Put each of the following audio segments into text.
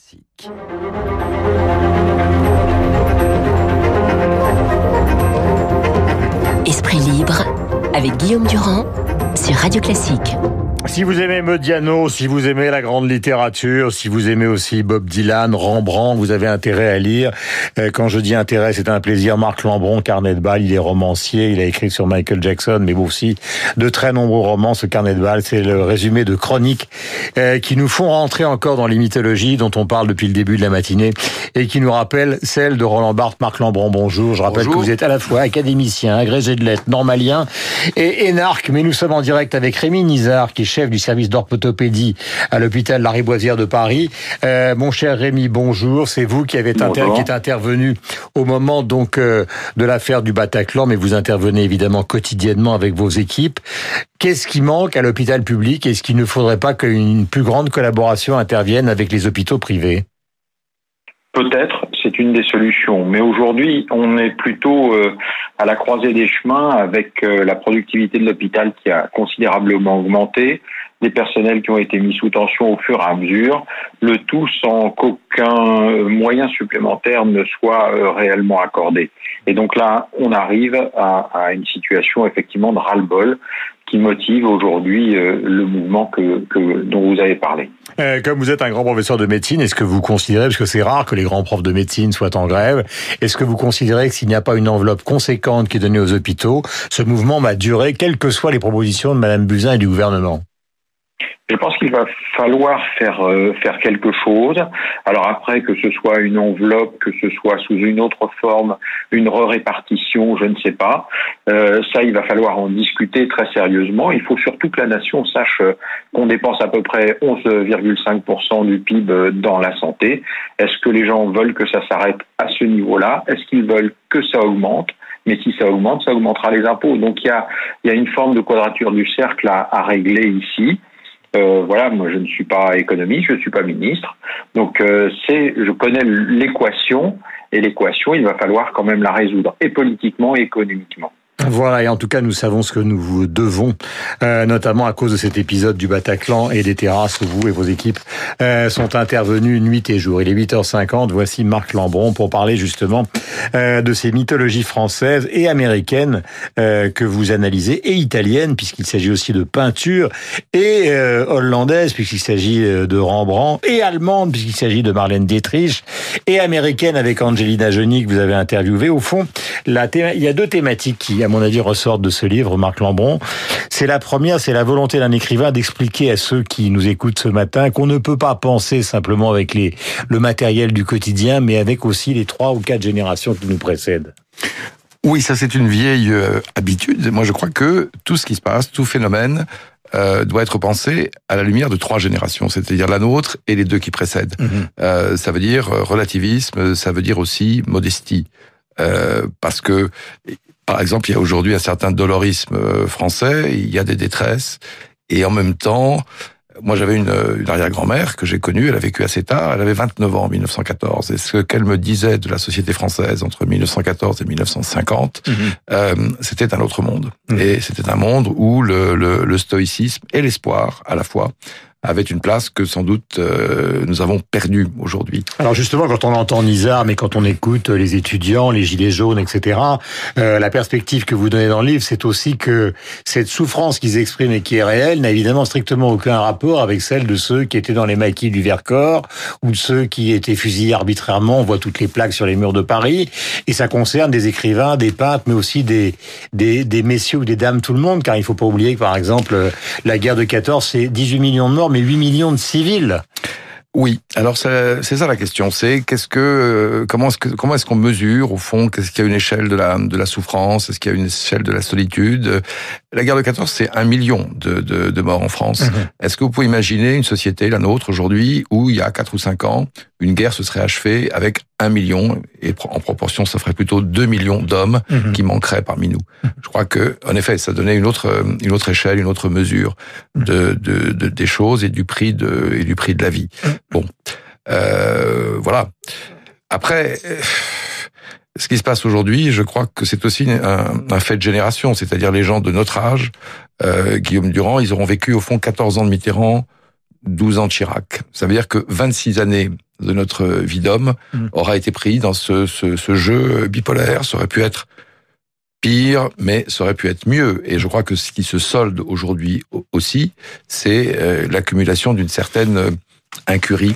Classique. Esprit libre avec Guillaume Durand sur Radio Classique. Si vous aimez Modiano, si vous aimez la grande littérature, si vous aimez aussi Bob Dylan, Rembrandt, vous avez intérêt à lire. Quand je dis intérêt, c'est un plaisir. Marc Lambron, carnet de balles, il est romancier, il a écrit sur Michael Jackson, mais aussi de très nombreux romans. Ce carnet de balles, c'est le résumé de chroniques qui nous font rentrer encore dans les mythologies dont on parle depuis le début de la matinée et qui nous rappellent celle de Roland Barthes. Marc Lambron, bonjour. Je rappelle que vous êtes à la fois académicien, agrégé de lettres, normalien et énarque, mais nous sommes en direct avec Rémi Nizard, qui est chef du service d'orthopédie à l'hôpital Lariboisière de Paris. Mon cher Rémi, bonjour. C'est vous qui êtes intervenu au moment donc de l'affaire du Bataclan, mais vous intervenez évidemment quotidiennement avec vos équipes. Qu'est-ce qui manque à l'hôpital public? Est-ce qu'il ne faudrait pas qu'une plus grande collaboration intervienne avec les hôpitaux privés? Peut-être, c'est une des solutions. Mais aujourd'hui, on est plutôt à la croisée des chemins avec la productivité de l'hôpital qui a considérablement augmenté, des personnels qui ont été mis sous tension au fur et à mesure, le tout sans qu'aucun moyen supplémentaire ne soit réellement accordé. Et donc là, on arrive à une situation effectivement de ras-le-bol qui motive aujourd'hui le mouvement dont vous avez parlé. Comme vous êtes un grand professeur de médecine, est-ce que vous considérez, parce que c'est rare que les grands profs de médecine soient en grève, est-ce que vous considérez que s'il n'y a pas une enveloppe conséquente qui est donnée aux hôpitaux, ce mouvement va durer, quelles que soient les propositions de Madame Buzyn et du gouvernement? Je pense qu'il va falloir faire quelque chose. Alors après, que ce soit une enveloppe, que ce soit sous une autre forme, une répartition, je ne sais pas. Ça, il va falloir en discuter très sérieusement. Il faut surtout que la nation sache qu'on dépense à peu près 11,5% du PIB dans la santé. Est-ce que les gens veulent que ça s'arrête à ce niveau-là? Est-ce qu'ils veulent que ça augmente? Mais si ça augmente, ça augmentera les impôts. Donc il y a une forme de quadrature du cercle à régler ici. Voilà, moi je ne suis pas économiste, je ne suis pas ministre, donc je connais l'équation, et l'équation, il va falloir quand même la résoudre, et politiquement et économiquement. Voilà, et en tout cas, nous savons ce que nous vous devons, notamment à cause de cet épisode du Bataclan et des terrasses où vous et vos équipes sont intervenus nuit et jour. Il est 8h50, voici Marc Lambron pour parler justement de ces mythologies françaises et américaines que vous analysez, et italiennes, puisqu'il s'agit aussi de peinture, et hollandaise, puisqu'il s'agit de Rembrandt, et allemande, puisqu'il s'agit de Marlène Dietrich, et américaine avec Angelina Jolie, que vous avez interviewée. Au fond, il y a deux thématiques qui, à mon avis, ressortent de ce livre, Marc Lambron. C'est la première, c'est la volonté d'un écrivain d'expliquer à ceux qui nous écoutent ce matin qu'on ne peut pas penser simplement avec le matériel du quotidien, mais avec aussi les 3 ou 4 générations qui nous précèdent. Oui, ça c'est une vieille habitude. Moi je crois que tout ce qui se passe, tout phénomène, doit être pensé à la lumière de 3 générations, c'est-à-dire la nôtre et les 2 qui précèdent. Ça veut dire relativisme, ça veut dire aussi modestie. Parce que, par exemple, il y a aujourd'hui un certain dolorisme français, il y a des détresses, et en même temps, moi j'avais une arrière-grand-mère que j'ai connue, elle a vécu assez tard, elle avait 29 ans en 1914, et ce qu'elle me disait de la société française entre 1914 et 1950, c'était un autre monde. Et c'était un monde où le stoïcisme et l'espoir, à la fois, avait une place que sans doute nous avons perdue aujourd'hui. Alors justement, quand on entend Nizard, mais quand on écoute les étudiants, les gilets jaunes, etc., la perspective que vous donnez dans le livre, c'est aussi que cette souffrance qu'ils expriment et qui est réelle n'a évidemment strictement aucun rapport avec celle de ceux qui étaient dans les maquis du Vercors ou de ceux qui étaient fusillés arbitrairement. On voit toutes les plaques sur les murs de Paris, et ça concerne des écrivains, des peintres, mais aussi des messieurs ou des dames, tout le monde, car il faut pas oublier que, par exemple, la guerre de 14, c'est 18 millions de morts, mais 8 millions de civils. Oui, alors c'est ça la question, c'est comment est-ce qu'on mesure au fond, qu'est-ce qu'il y a une échelle de la souffrance, est-ce qu'il y a une échelle de la solitude? La guerre de 14, c'est 1 million de morts en France. Est-ce que vous pouvez imaginer une société, la nôtre aujourd'hui, où il y a 4 ou 5 ans, une guerre se serait achevée avec 1 million, et en proportion, ça ferait plutôt 2 millions d'hommes qui manqueraient parmi nous. Je crois que, en effet, ça donnait une autre échelle, une autre mesure des choses et du prix de la vie. Bon, voilà. Après, ce qui se passe aujourd'hui, je crois que c'est aussi un fait de génération, c'est-à-dire les gens de notre âge, Guillaume Durand, ils auront vécu au fond 14 ans de Mitterrand, 12 ans de Chirac. Ça veut dire que 26 années de notre vie d'homme aura été pris dans ce jeu bipolaire. Ça aurait pu être pire, mais ça aurait pu être mieux. Et je crois que ce qui se solde aujourd'hui aussi, c'est l'accumulation d'une certaine incurie.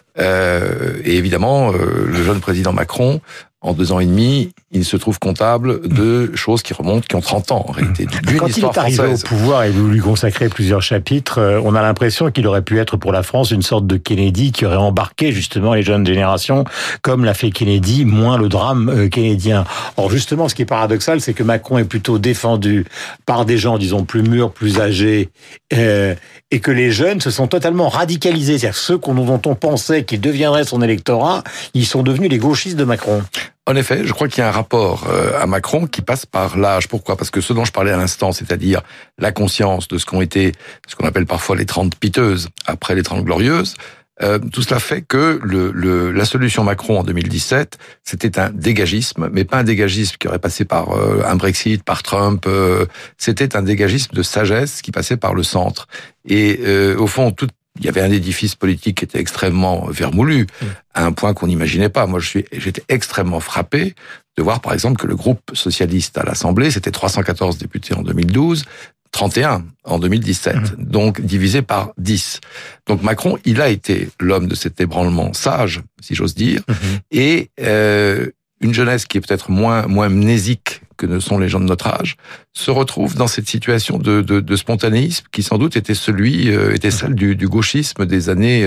Et évidemment, le jeune président Macron, en 2 ans et demi, il se trouve comptable de choses qui ont 30 ans, en réalité. Quand il est arrivé au pouvoir et vous lui consacrez plusieurs chapitres, on a l'impression qu'il aurait pu être pour la France une sorte de Kennedy qui aurait embarqué justement les jeunes générations, comme l'a fait Kennedy, moins le drame kennedien. Or justement, ce qui est paradoxal, c'est que Macron est plutôt défendu par des gens, disons, plus mûrs, plus âgés, et que les jeunes se sont totalement radicalisés. C'est-à-dire ceux dont on pensait qu'ils deviendraient son électorat, ils sont devenus les gauchistes de Macron. En effet, je crois qu'il y a un rapport à Macron qui passe par l'âge. Pourquoi ? Parce que ce dont je parlais à l'instant, c'est-à-dire la conscience de ce qu'ont été, ce qu'on appelle parfois les 30 piteuses après les 30 glorieuses, tout cela fait que la solution Macron en 2017, c'était un dégagisme, mais pas un dégagisme qui aurait passé par un Brexit, par Trump. C'était un dégagisme de sagesse qui passait par le centre. Et au fond, il y avait un édifice politique qui était extrêmement vermoulu, à un point qu'on n'imaginait pas. Moi, j'étais extrêmement frappé de voir, par exemple, que le groupe socialiste à l'Assemblée, c'était 314 députés en 2012, 31 en 2017, donc divisé par 10. Donc Macron, il a été l'homme de cet ébranlement sage, si j'ose dire, et une jeunesse qui est peut-être moins amnésique que ne sont les gens de notre âge, se retrouve dans cette situation de spontanéisme qui sans doute était celle du gauchisme des années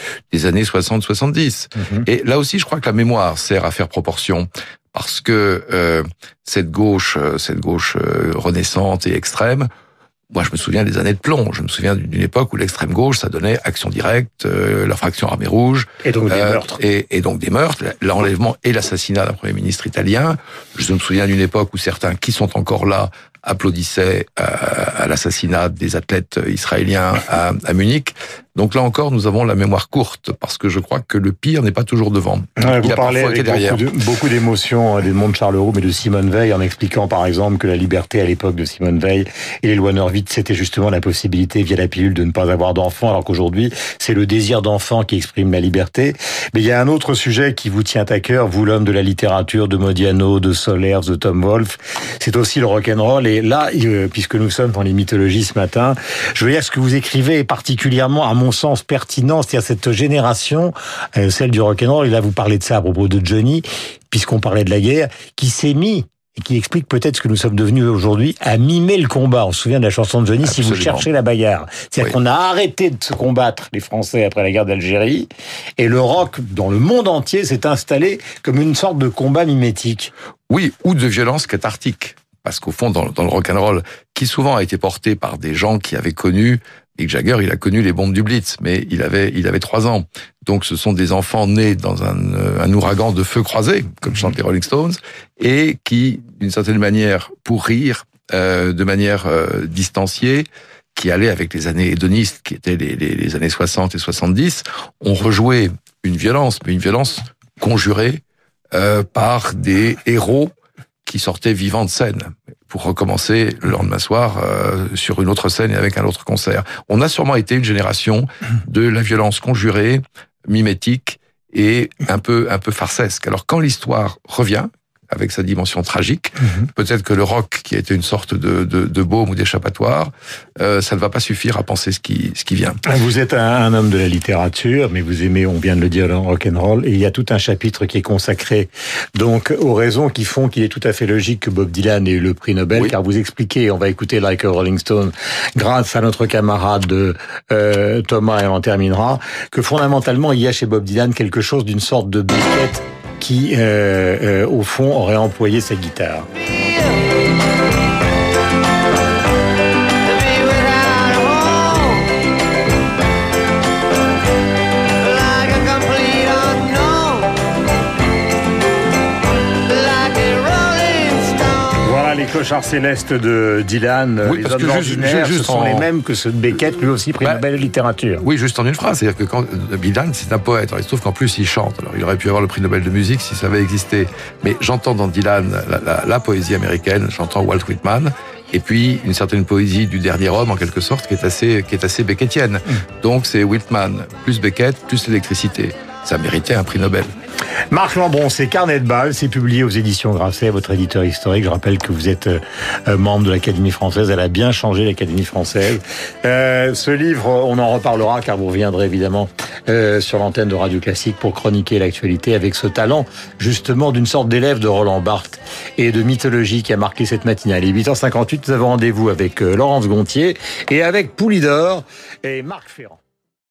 60-70. Et là aussi, je crois que la mémoire sert à faire proportion. Parce que cette gauche renaissante et extrême, moi je me souviens des années de plomb, je me souviens d'une époque où l'extrême gauche, ça donnait Action Directe, la fraction Armée Rouge. Et donc des meurtres. Et donc des meurtres, l'enlèvement et l'assassinat d'un Premier ministre italien. Je me souviens d'une époque où certains qui sont encore là applaudissaient à l'assassinat des athlètes israéliens à Munich. Donc là encore, nous avons la mémoire courte, parce que je crois que le pire n'est pas toujours devant. Vous parlez avec beaucoup d'émotions d'Edmond de Charleroux, mais de Simone Veil, en expliquant par exemple que la liberté à l'époque de Simone Veil et les lois Norvit, c'était justement la possibilité via la pilule de ne pas avoir d'enfant, alors qu'aujourd'hui, c'est le désir d'enfant qui exprime la liberté. Mais il y a un autre sujet qui vous tient à cœur, vous l'homme de la littérature, de Modiano, de Solers, de Tom Wolfe, c'est aussi le rock'n'roll. Et là, puisque nous sommes dans les mythologies ce matin, je veux dire, ce que vous écrivez est particulièrement, à mon sens, pertinent, c'est-à-dire cette génération, celle du rock'n'roll, et là vous parlez de ça à propos de Johnny, puisqu'on parlait de la guerre, qui s'est mis, et qui explique peut-être ce que nous sommes devenus aujourd'hui, à mimer le combat. On se souvient de la chanson de Johnny, Absolument. Si vous cherchez la bagarre. C'est-à-dire qu'on a arrêté de se combattre, les Français, après la guerre d'Algérie, et le rock, dans le monde entier, s'est installé comme une sorte de combat mimétique. Oui, ou de violence cathartique. Parce qu'au fond, dans le rock'n'roll, qui souvent a été porté par des gens qui avaient connu, Mick Jagger, il a connu les bombes du Blitz, mais il avait 3 ans. Donc ce sont des enfants nés dans un ouragan de feu croisé, comme chantent les Rolling Stones, et qui, d'une certaine manière, pour rire, de manière distanciée, qui allaient avec les années hédonistes, qui étaient les années 60 et 70, ont rejoué une violence, mais une violence conjurée par des héros qui sortaient vivants de scène, pour recommencer le lendemain soir sur une autre scène et avec un autre concert. On a sûrement été une génération de la violence conjurée, mimétique et un peu farcesque. Alors quand l'histoire revient, avec sa dimension tragique, peut-être que le rock, qui a été une sorte de baume ou d'échappatoire, ça ne va pas suffire à penser ce qui vient. Vous êtes un homme de la littérature, mais vous aimez, on vient de le dire, le rock'n'roll, et il y a tout un chapitre qui est consacré donc aux raisons qui font qu'il est tout à fait logique que Bob Dylan ait eu le prix Nobel, car vous expliquez, on va écouter Like a Rolling Stone, grâce à notre camarade Thomas, et on en terminera, que fondamentalement il y a chez Bob Dylan quelque chose d'une sorte de Beckett qui, au fond, aurait employé sa guitare. Les clochards célestes de Dylan, oui, les hommes ordinaires, ce sont les mêmes que ceux de Beckett, lui aussi prix Nobel de littérature. Oui, juste en une phrase, c'est-à-dire que quand Dylan, c'est un poète, alors il se trouve qu'en plus il chante, alors il aurait pu avoir le prix Nobel de musique si ça avait existé, mais j'entends dans Dylan la poésie américaine, j'entends Walt Whitman, et puis une certaine poésie du dernier homme, en quelque sorte, qui est assez beckettienne. Donc c'est Whitman, plus Beckett, plus l'électricité. Ça méritait un prix Nobel. Marc Lambron, c'est Carnet de balles, c'est publié aux éditions Grasset, votre éditeur historique. Je rappelle que vous êtes membre de l'Académie française. Elle a bien changé, l'Académie française. Ce livre, on en reparlera car vous reviendrez évidemment sur l'antenne de Radio Classique pour chroniquer l'actualité avec ce talent justement d'une sorte d'élève de Roland Barthes et de mythologie qui a marqué cette matinale. Il est 8h58, nous avons rendez-vous avec Laurence Gontier et avec Poulidor et Marc Ferrand.